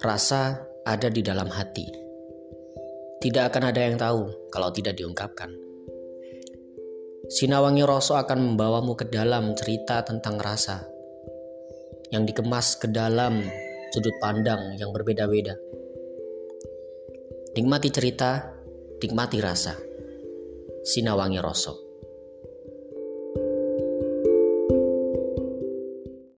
Rasa ada di dalam hati. Tidak akan ada yang tahu kalau tidak diungkapkan. Sinawangi Roso akan membawamu ke dalam cerita tentang rasa yang dikemas ke dalam sudut pandang yang berbeda-beda. Nikmati cerita, nikmati rasa. Sinawangi Roso.